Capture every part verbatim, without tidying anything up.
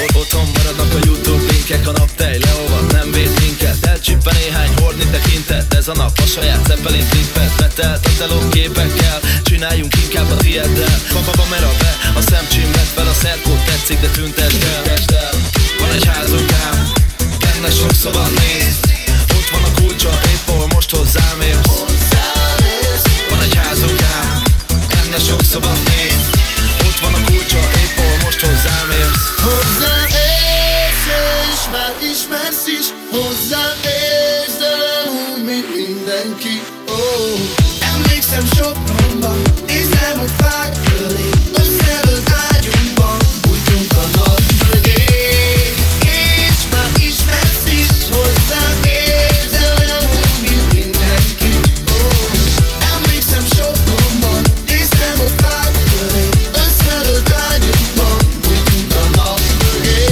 Otthon maradnak a YouTube linkek, a naptej leolvad, nem véd minket. Elcsipve néhány hordni tekintet, ez a nap a saját Zeppelin trippet. Betelt a teló képekkel, csináljunk inkább a tieddel. Kamera be, a szemcsimmet fel, a szerkót tetszik, de tüntesd el. Van egy házunk ám, benne sok szoba néz. Ott van a kulcsa, épp ahol most hozzám érsz. Van egy házunk ám, benne sok szoba néz. Ott van a kulcsa, épp ahol most hozzám érsz. Hozzám érsz, és már ismersz is. Hozzám érsz, de nem úgy, mint mindenki. Oh. Emlékszem Sopronban, nézem a fák fölé. Összeölt ágyunkban, bújtunk a nap mögé. És már ismersz is. Hozzám érsz, de nem úgy, mint mindenki. Oh. Emlékszem Sopronban, nézem a fák fölé. Összeölt ágyunkban, bújtunk a nap mögé.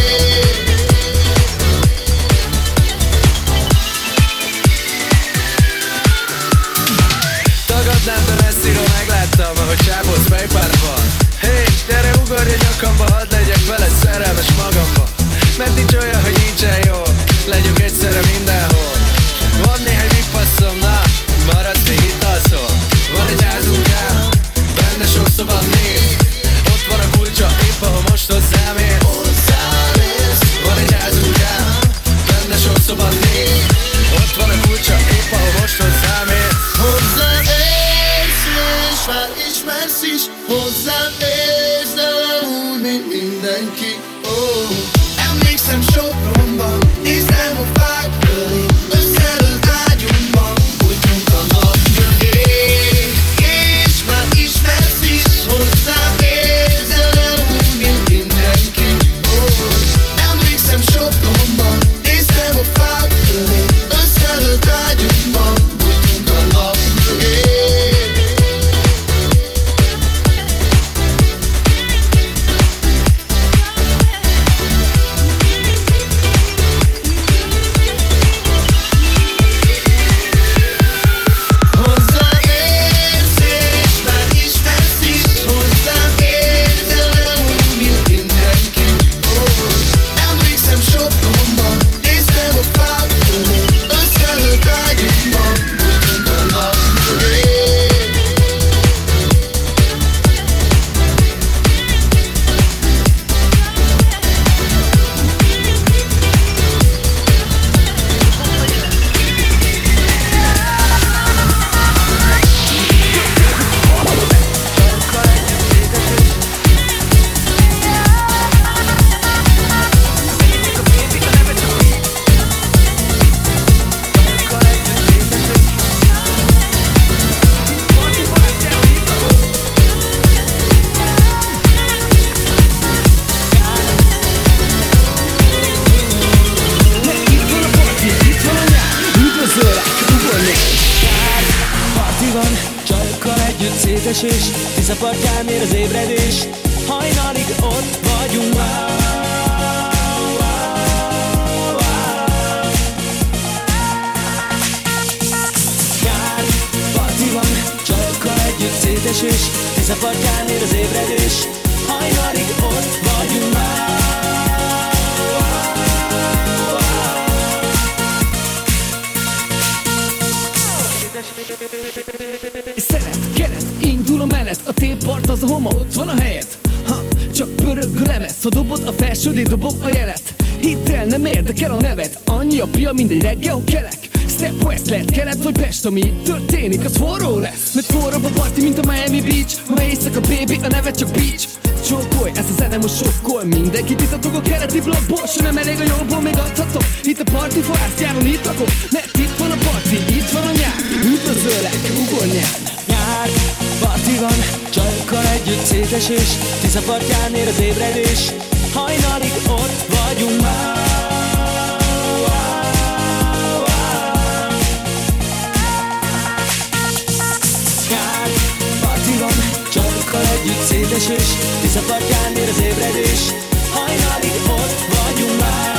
Tagadnám, de messziről megláttam, ahogy csábolsz fejpártban. Hé, hey, gyere ugorj a nyakamba, hadd legyek veled szerelmes magamba. Mert nincs olyan, hogy nincsen jól, legyünk egyszerre mindenhol. Van néhány vipasszom, na, maradsz még itt alszol. Van egy házunk ám, benne sok szoba néz. Ott van a kulcsa, épp ahol most hozzám érsz. Van egy házunk ám, benne sok szoba néz. Ott van a kulcsa, épp ahol most hozzám érsz. Hozzám érsz, és már ismersz is. Hozzám érsz, de nem úgy, mint mindenki. Oh. Emlékszem Sopronban, nézem a fák fölé. Összeölt ágyunkban, bújtunk a nap mögé. És már ismersz is. Hozzám érsz, de nem úgy, mint mindenki. Oh. Emlékszem Sopronban, nézem a fák fölé. Összeölt ágyunkban, bújtunk a nap mögé. Hozzám érsz, és már ismersz is. Hozzám érsz, de nem úgy, mint mindenki. Oh. Emlékszem Sopronban, néztem a fák fölé. Összeölt ágyunkban, bújtunk a nap mögé. Parti van, csajokkal együtt szétesés. Tisza partján ér az ébredés. Hajnalig ott vagyunk már. Kár, parti van, csajokkal együtt szétesés. Tisza partján ér az ébredés. Hajnalig ott vagyunk már. Szeret, keret, indul a menet. A téppart az a homa, ott van a helyed. Ha, csak pörög a lemez. Ha dobod a felsődé, dobom a jelet. Hidd el, nem érdekel a neved. Annyi a pia, mindegy reggel kelek. Step West lehet kelet vagy Pest, ami itt történik, az forró lesz. Mert forróbb a parti, mint a Miami Beach. Ma éjszaka baby, a neve csak Beach. Csókolj, ez a zene most sokkol. Mindenkit itatok a keleti blokkból. Se nem elég a jobból, még adhatok. Itt a party fázt, járon itt lakok. Mert itt van a parti, itt van a nyár. Üdvözöllek, ugorjál. Nyár, parti van, csajokkal együtt szétesés. Tisza partján ér az ébredés. Hajnalig ott vagyunk már. Nyár, parti van, csajokkal együtt szétesés. Tisza partján ér az ébredés. Hajnalig ott vagyunk már.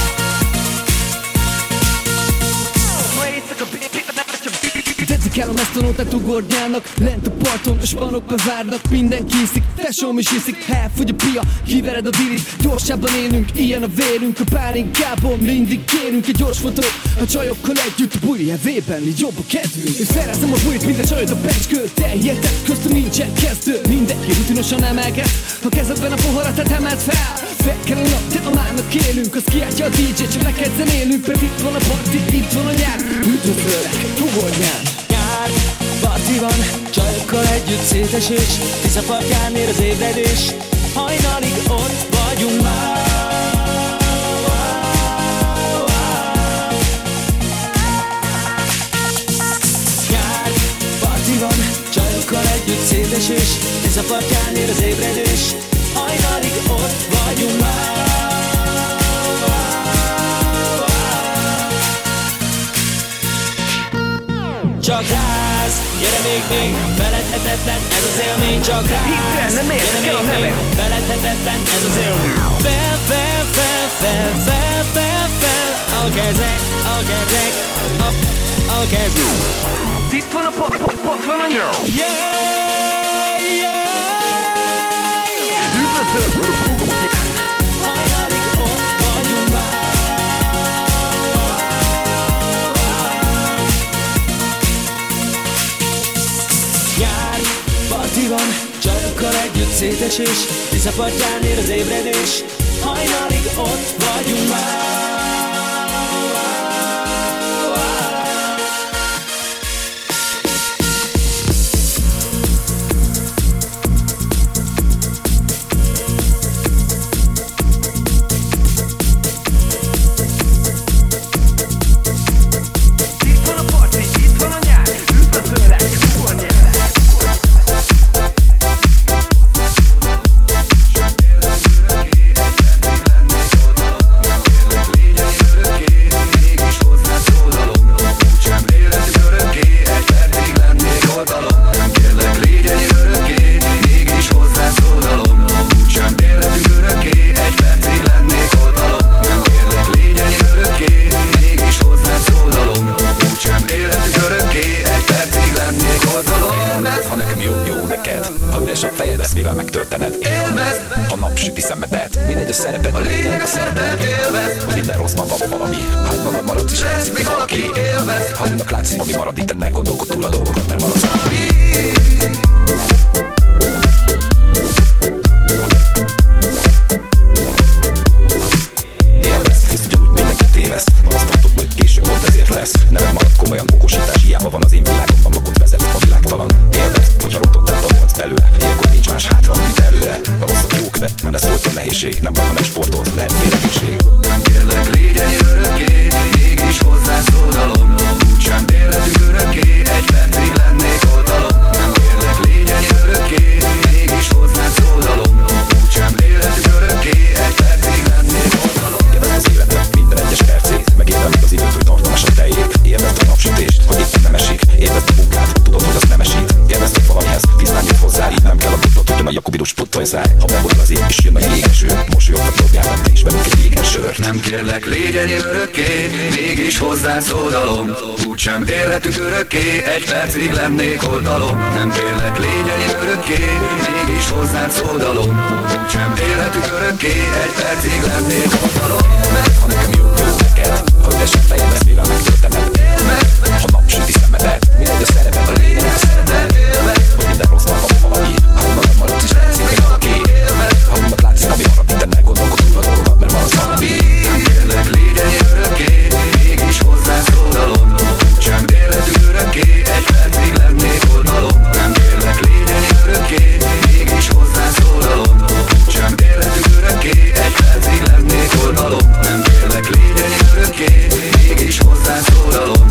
Tetszik el a Asztalótát ugornyálnak, lent a parton a spanok bevárnak. Mindenki iszik, tesóm is iszik, elfogy a pia, kivered a dilit. Gyorsabban élünk, ilyen a vérünk, a pálinkából mindig kérünk egy gyors fotót. A csajokkal együtt a buli evében, így jobb a kedvünk. Én szerezem a bulit, minden csajod a pecskő. Te hiheted, köztünk nincsen kezdő. Mindenki rutinosan emelget, ha kezedben a poharat, tehát emelt fel. Fel kell a nap, de a mának élünk. Az kiáltja a dé dzsé, csak neked zenélünk. Mert itt van a parti, itt van a nyár. Üdvözöllek, ugorjál! Nyár, parti van, csajokkal együtt szétesés. Tisza partján ér az ébredés, hajnalig ott vagyunk már. Nyár, parti van, csajokkal együtt szétesés. Tisza partján ér az ébredés, hajnalig ott vagyunk már. Csak ráz, gyere még még, feledhetetlen ez az élmény. Csak ráz, gyere még még, feledhetetlen ez az élmény. Fel, fel, fel, fel, fel, fel, fel, a kezek, a kezek, a, a kezek. Itt van a pot, pot, pot van a nyom. Yeah, yeah. Üdvözöllek! Hajnalig ott vagyunk már. Nyár, parti van, csajokkal együtt szétesés. Tisza partján ér az ébredés, hajnalig ott vagyunk már. Itt van a parti, itt van a nyár. Üdvözöllek, ugorjál! Ha nekem jó, jó neked, ha üres a fejed, ezt mivel megtörtened. Élvezd, ha napsüti szemedet, mindegy a szereped, a lényeg a szereped. Élvezd, hogy minden rosszban van valami, hát magad maradsz is látszik, mi valaki. Élvezd, ha mindnak látszik, ami marad, itt ennek gondolkod túl a dolgokat, mert maradsz valami. Élvezd, hisz ugyanúgy mindenki téveszt, azt tartod, hogy később volt ezért lesz. Neved marad komolyan, okosítás, hiába van az én világomban, makot vezetsz, a világtalan. Élvezd, hogyha rotottál tanulsz belőle, ilyenkor nincs más hátra, mint előre. A rosszak jók, de nem lesz volt a nehézség, nem van, ha megsportolsz, lehet félrekészség. Nem kérlek, légy ennyi örökké, mégis hozzászólalom. Úgysem élhetünk örökké, egy percig lennék oldalon. Nem kérlek, légy ennyi örökké, mégis hozzászólalom. Úgysem élhetünk örökké, egy percig lennék oldalon. Élvezd az életet, minden egyes percét, megélem, mint az időt, hogy tartalmas a tejét. Élvezd a napsütést, hogy éppen nem esik. Élvezd a munkát, tudod, hogy az nem esik. Élvezd, hogy valamihez tisztán jött hozzá, így nem kell a tudod, hogy a jakobidus puttolj száj. Ha megbolyol az ég, és jön a jégeső, mosolyogva dobjál meg te is velünk egy égen sört. Nem kérlek, légy ennyi örökké, mégis hozzászólalom. Úgysem élhetünk örökké, egy percig lennék oldalom. Nem kérlek, légy ennyi örökké, mégis hozzászólalom. Úgysem élhetünk örökké, egy percig lennék oldalom. Ha nekem jó, jó neked, ha üres a fejed, ezt mivel megtörtened. Ha napsüti szemedet, mindegy a szereped, a lényeg a szereped. Hogy minden rosszban van valami, hát magad maradsz is látszik, mi valaki. Ha mindnak látszik, ami marad, itt ennek gondolkod túl a dolgokat, mert maradsz valami. Nem kérlek, légy ennyi örökké, mégis hozzászólalom. Úgysem élhetünk örökké, egy percig lennék oldalom. Nem kérlek, légy ennyi örökké, mégis hozzászólalom. Úgysem élhetünk örökké, egy percig lennék oldalom. Nem kérlek, légy ennyi örökké, mégis hozzászólalom.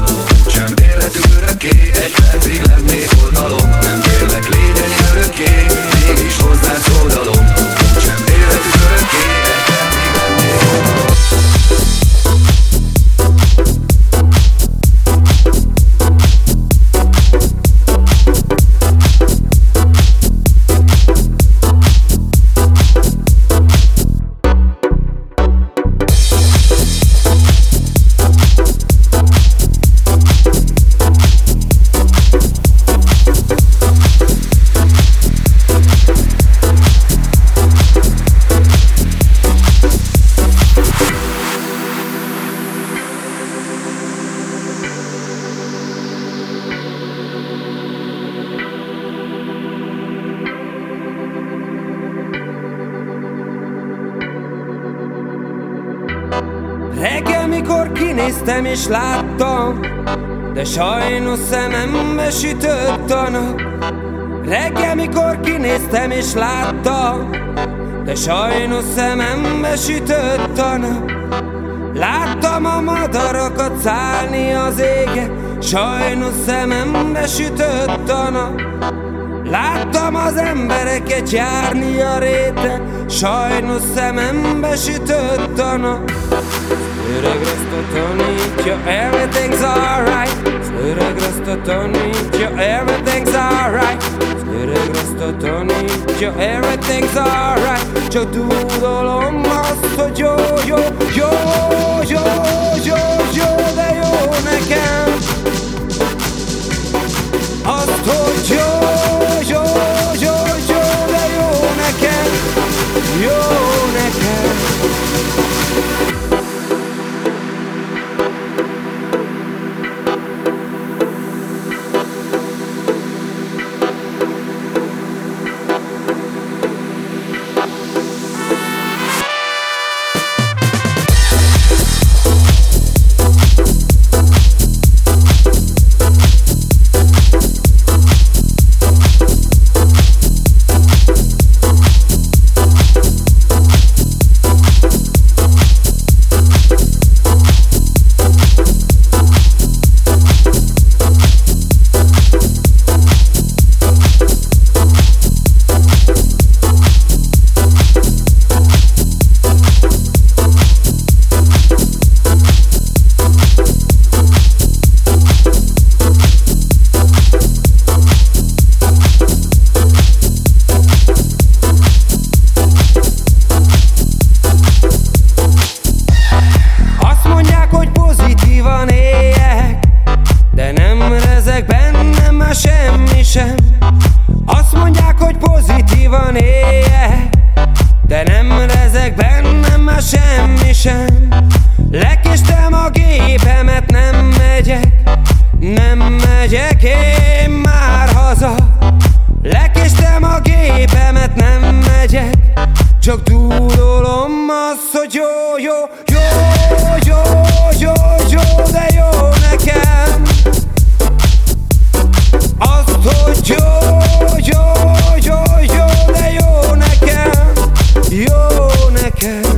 mikor kinéztem és láttam, de sajnos szemembe sütött a nap. Reggel, mikor kinéztem és láttam, de sajnos szemembe sütött a nap. Láttam a madarakat szállni az égen, sajnos szemembe sütött a nap. Láttam az embereket járni a réten, sajnos szemembe sütött a nap. Öreg rasta tanítja, everything's alright. Öreg rasta tanítja, everything's alright. Öreg rasta tanítja, everything's alright. Csak tudolom azt, hogy jó, jó, jó, jó, jó, jó, de jó nekem. Azt, hogy jó, jó, jó, jó, de jó nekem. Jó nekem. Semmi sem. Azt mondják, hogy pozitívan éljek, de nem rezeg bennem már semmi sem. Lekéstem a gépemet, nem megyek, nem megyek én már haza. Lekéstem a gépemet, nem megyek, csak dúrolom azt, hogy jó, jó, jó, jó, jó, jó, de jó nekem. Azt, hogy jó, jó, jó, jó, de jó nekem, jó nekem.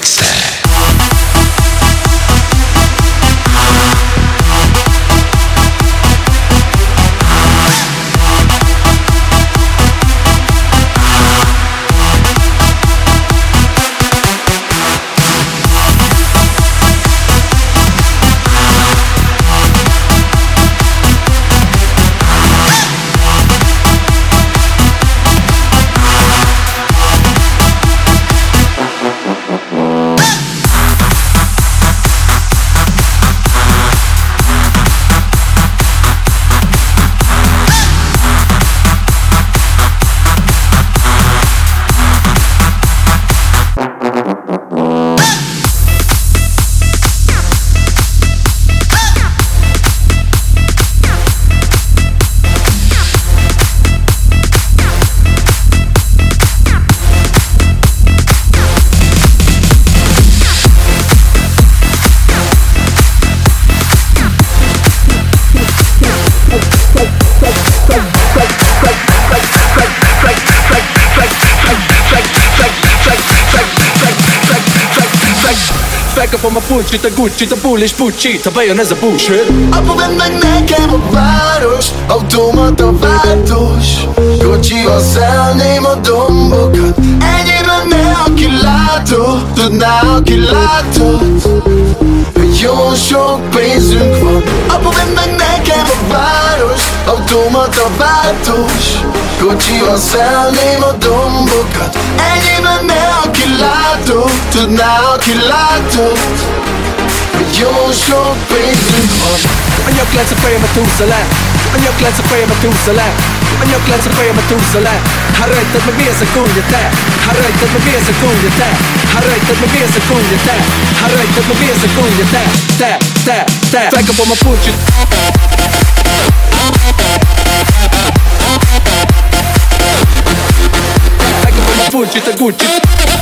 része. Felkapom a pulcsit, a Gucci-t, a bull és pucsit, ha bejön ez a bullshit. Apu, vedd meg nekem a város, automata váltós. Kocsival szállném a dombokat, ennyi lenne, aki látott, tudná, aki látott, hogy jó sok pénzünk van. Apu, vedd meg nekem a város, automata váltós. Kocsival szállném a dombokat, ennyi lenne, aki látott, tudná, aki látott, hogy jó sok pénzünk van. A nyaklánc a fejemet húzza le, a nyaklánc a fejemet húzza le, a nyaklánc a fejemet húzza le. Hát rajtad meg mi ez a kúnya te, hát rajtad meg mi ez a kúnya te, hát rajtad meg mi ez a kúnya te, hát rajtad meg mi ez a kúnya te, te, te, te. Felkapom a pulcsit. Felkapom a pulcsit, a Gucci-t.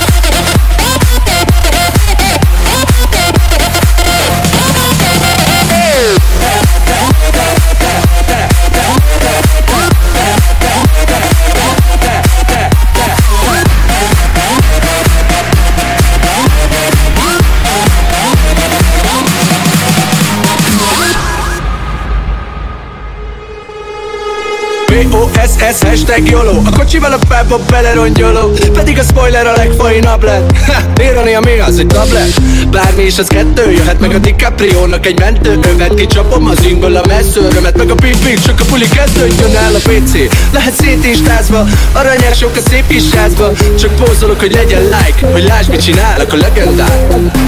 B O S S hashtag YOLO. A kocsival a fába belerongyoló, pedig a spoiler a legfainabb lett. Ironia mi az, egy tablet? Bármi is az kettő, jöhet meg a DiCaprio-nak egy mentő. Övet kicsapom az ingből a messzőrömet, meg a pipit, csak a puli kezdődjön el a pé cé. Lehet szétistázva, aranyások a szép kis házba. Csak pózolok, hogy legyen like, hogy lásd, mit csinálok a legendák.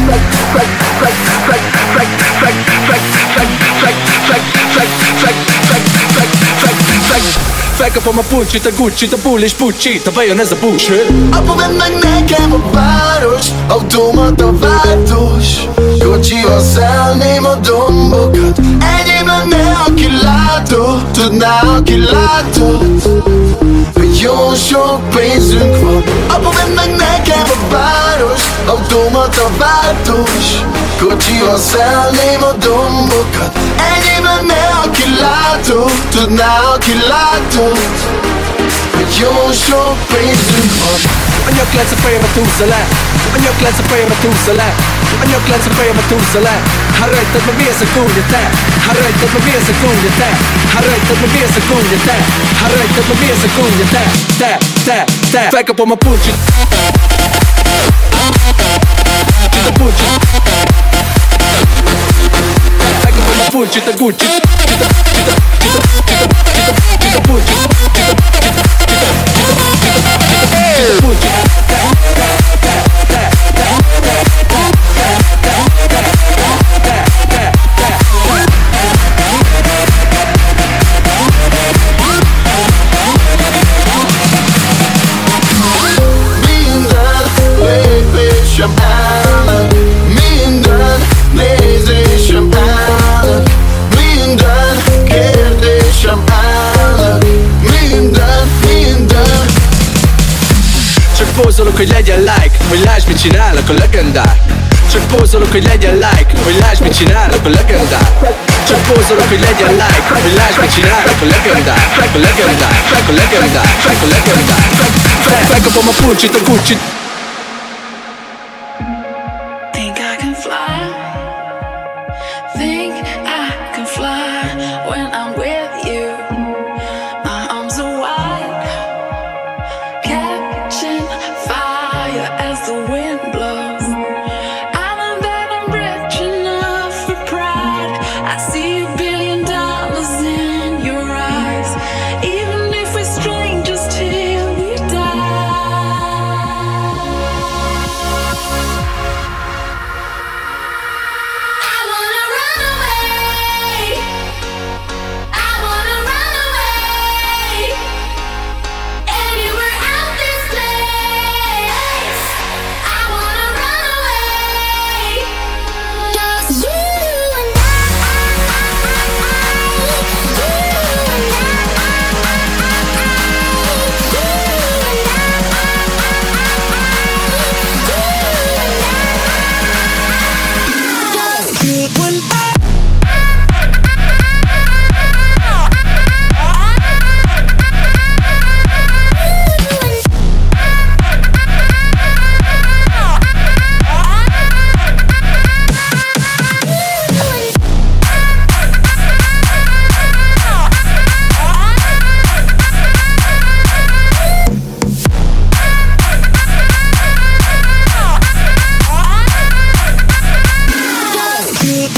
Felkapom a pulcsit, a Gucci-t, a bull és pucsit, ha bejön ez a bullshit. Apu, vedd meg nekem a város, automata váltós. Kocsival szállném a dombokat, enyém lenne, aki látott, tudná, aki látott, hogy jó sok pénzünk van. Apu, vedd meg nekem a város, automata váltós. Kocsival szállném a dombokat, enyém lenne, aki látott, tudná, aki látott, hogy jó sok pénzünk van. A nyaklánc a fejemet húzza le, a nyaklánc a fejemet húzza le, a nyaklánc a fejemet húzza le. Hát rajtad meg mi ez a kúnya te, hát rajtad meg mi ez a kúnya te, hát rajtad meg mi ez a kúnya te, hát rajtad meg mi ez a kúnya te, te, te, te. Felkapom a pulcsit, a pulcsit. Felkapom a pulcsit, a Gucci-t, a pulcsit, a pulcsit. Lépésem állnak, minden nézésem állnak, minden kérdésem állnak, minden, minden. Csak pózolok, hogy legyen like, hogy lásd, mit csinálok a legendák. Csak pózolok, hogy legyen like, hogy lásd, mit csinálok a legendák. Csak pózolok, hogy legyen like, hogy lásd, mit csinálok a legendák. A legendák, a legendák, a legendák. Felkapom a pulcsit, a Gucci-t. fly. Think I can fly when I'm with you. My arms are wide, catching fire as the wind blows. I know that I'm rich enough for pride. I see a billion dollars in your eyes, even if we're strangers till we die. I wanna run away. I wanna run away. Anywhere out this place. I wanna run away. Just you and I. You and I. You and I. You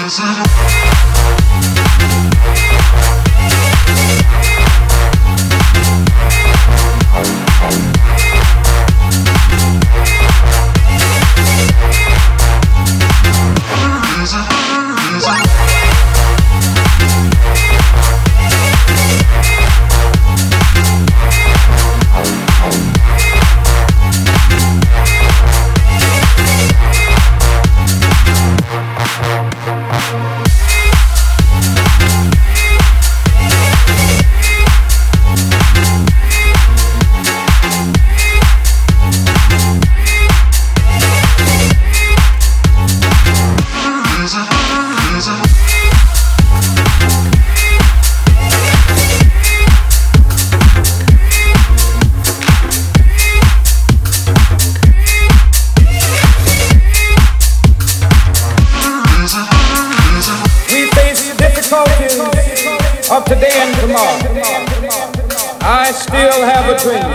Of today and tomorrow, I still have a dream.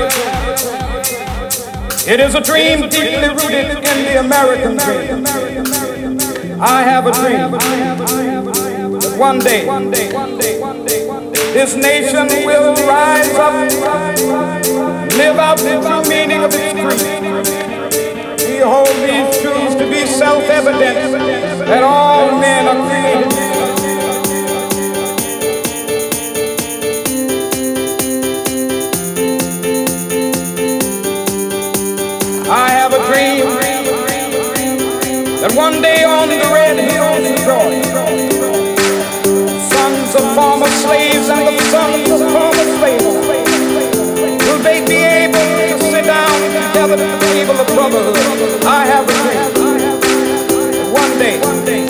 It is a dream deeply rooted in the American dream. I have a dream that one day this nation will rise up, live out the true meaning of its creed. We hold these truths to be self-evident that all men are created. I have a dream that one day on the red hills of Georgia, sons of former slaves and the sons of former slaves will they be able to sit down together at the table of brotherhood. I have a dream that one day, one day,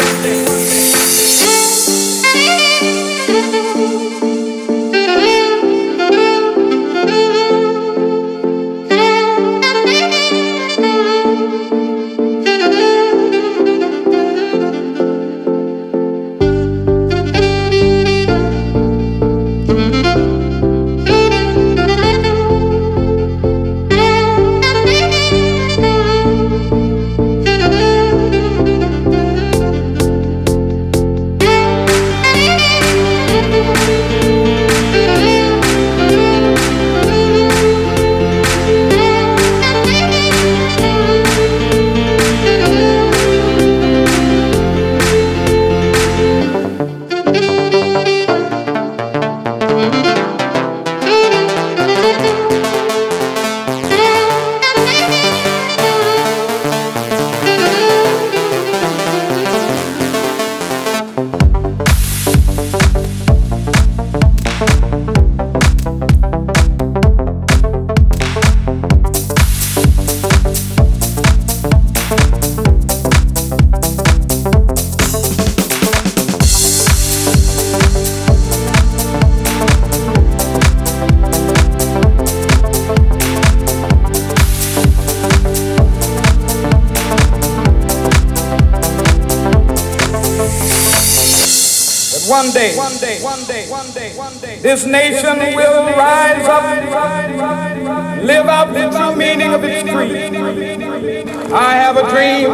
One day, one day, one day, one day, one day, this nation will rise up, live out the true meaning of its creed. I have a dream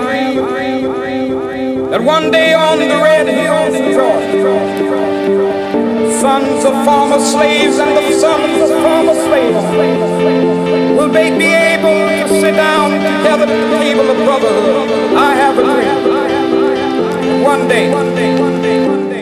that one day on the red hills of Georgia, sons of former slaves and the sons of former slaves will they be able to sit down together at the table of brotherhood. I have a dream. One day, one day, one day, one day.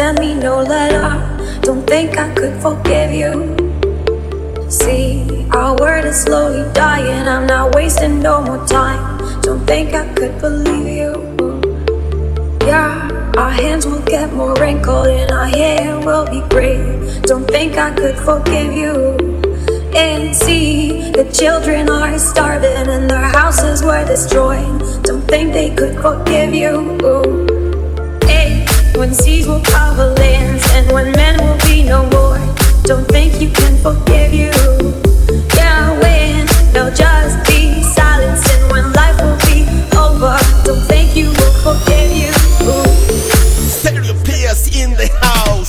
send me no letter. Don't think I could forgive you. See, our word is slowly dying. I'm not wasting no more time. Don't think I could believe you. Yeah, our hands will get more wrinkled and our hair will be gray. Don't think I could forgive you. And see, the children are starving and their houses were destroyed. Don't think they could forgive you. Hey, when seas will cover lands and when men will be no more. Don't think you can forgive you. Yeah, when there'll just be silence and when life will be over. Don't think you will forgive you. Stereo Pierce in the house.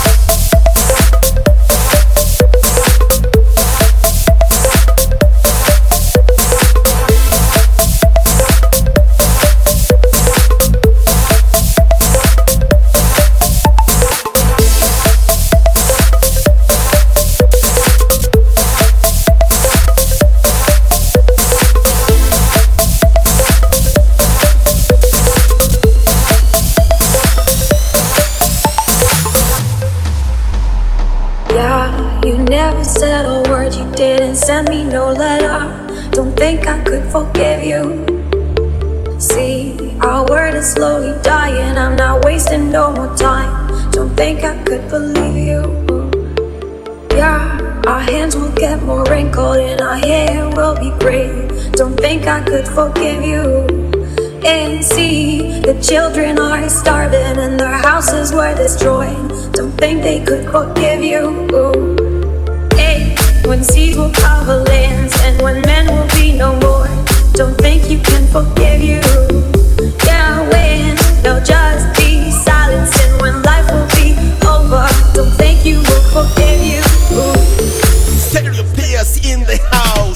Said a word, you didn't send me no letter. Don't think I could forgive you. See, our word is slowly dying. I'm not wasting no more time. Don't think I could believe you. Yeah, our hands will get more wrinkled and our hair will be gray. Don't think I could forgive you. And see, the children are starving and their houses were destroyed. Don't think they could forgive you. When seas will cover lands and when men will be no more. Don't think you can forgive you. Yeah, when there'll just be silence and when life will be over. Don't think you will forgive you. Stereo Pierce in the house.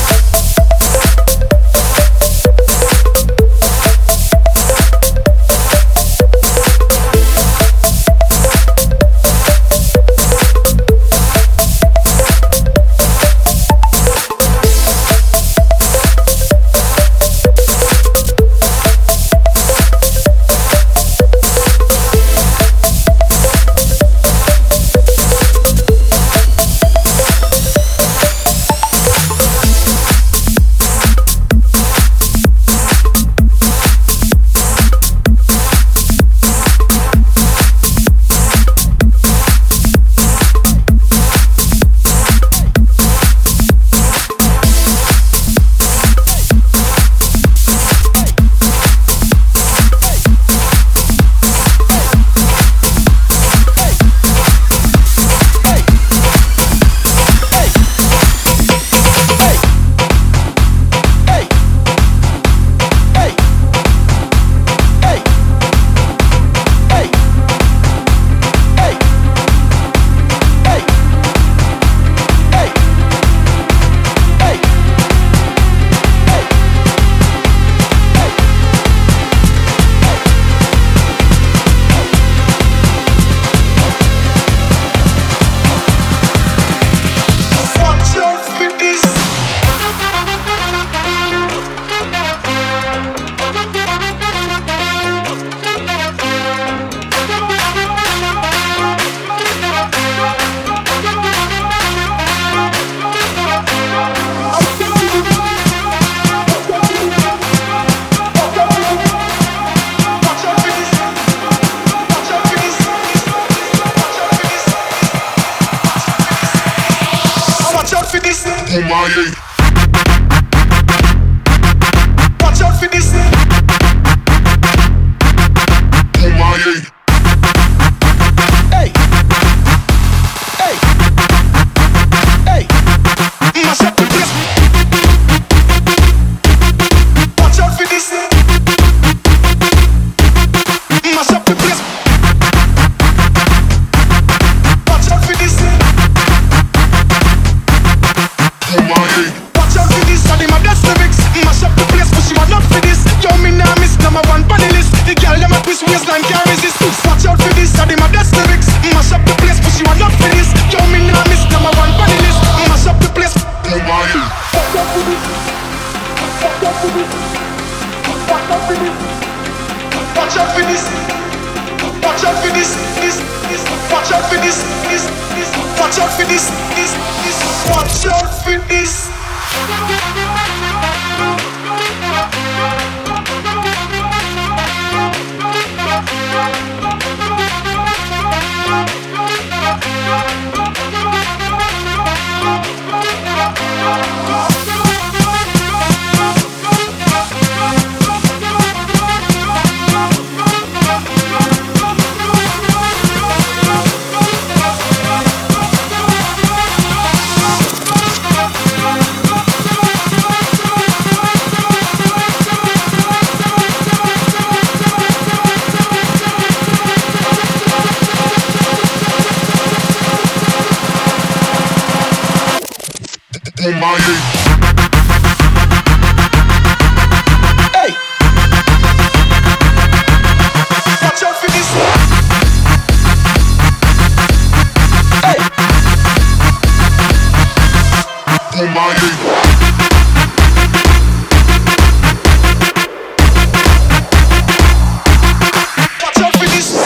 Kumaye. Watch out for this. Kumaye. Hey. Hey. Hey. Mash up the place. Watch out for this. Mash up the place. Watch out for this. Kumaye. Watch out for this, this, this. Watch out for this. Hey! Watch out for this! Hey! Oh my God! Watch out for this!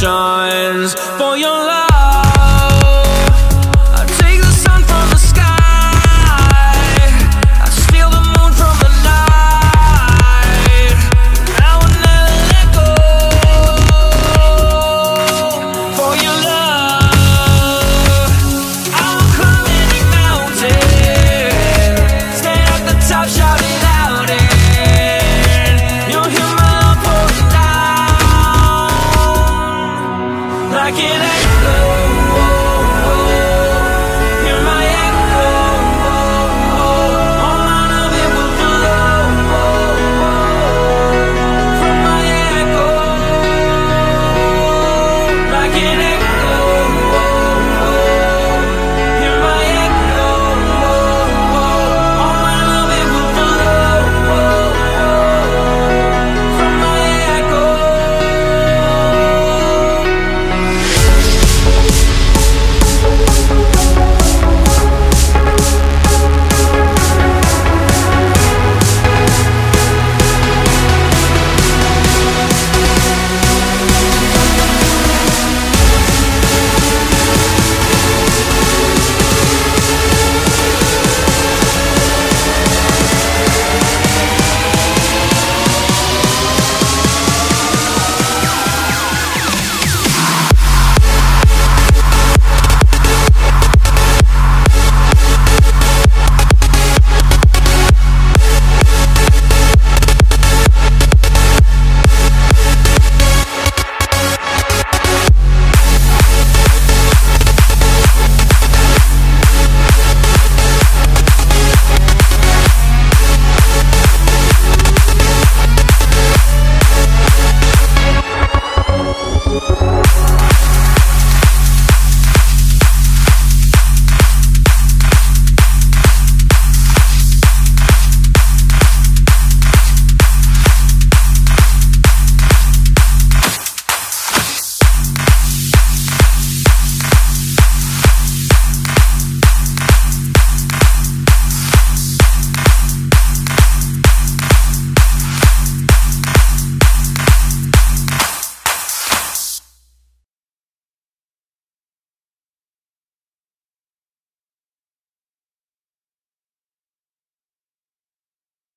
shines for your love. I take the sun from the sky, I steal the moon from the night. I will never let go for your love. I will climb any mountain, stand at the top, shout it out, and you'll hear my love pouring down like it ain't.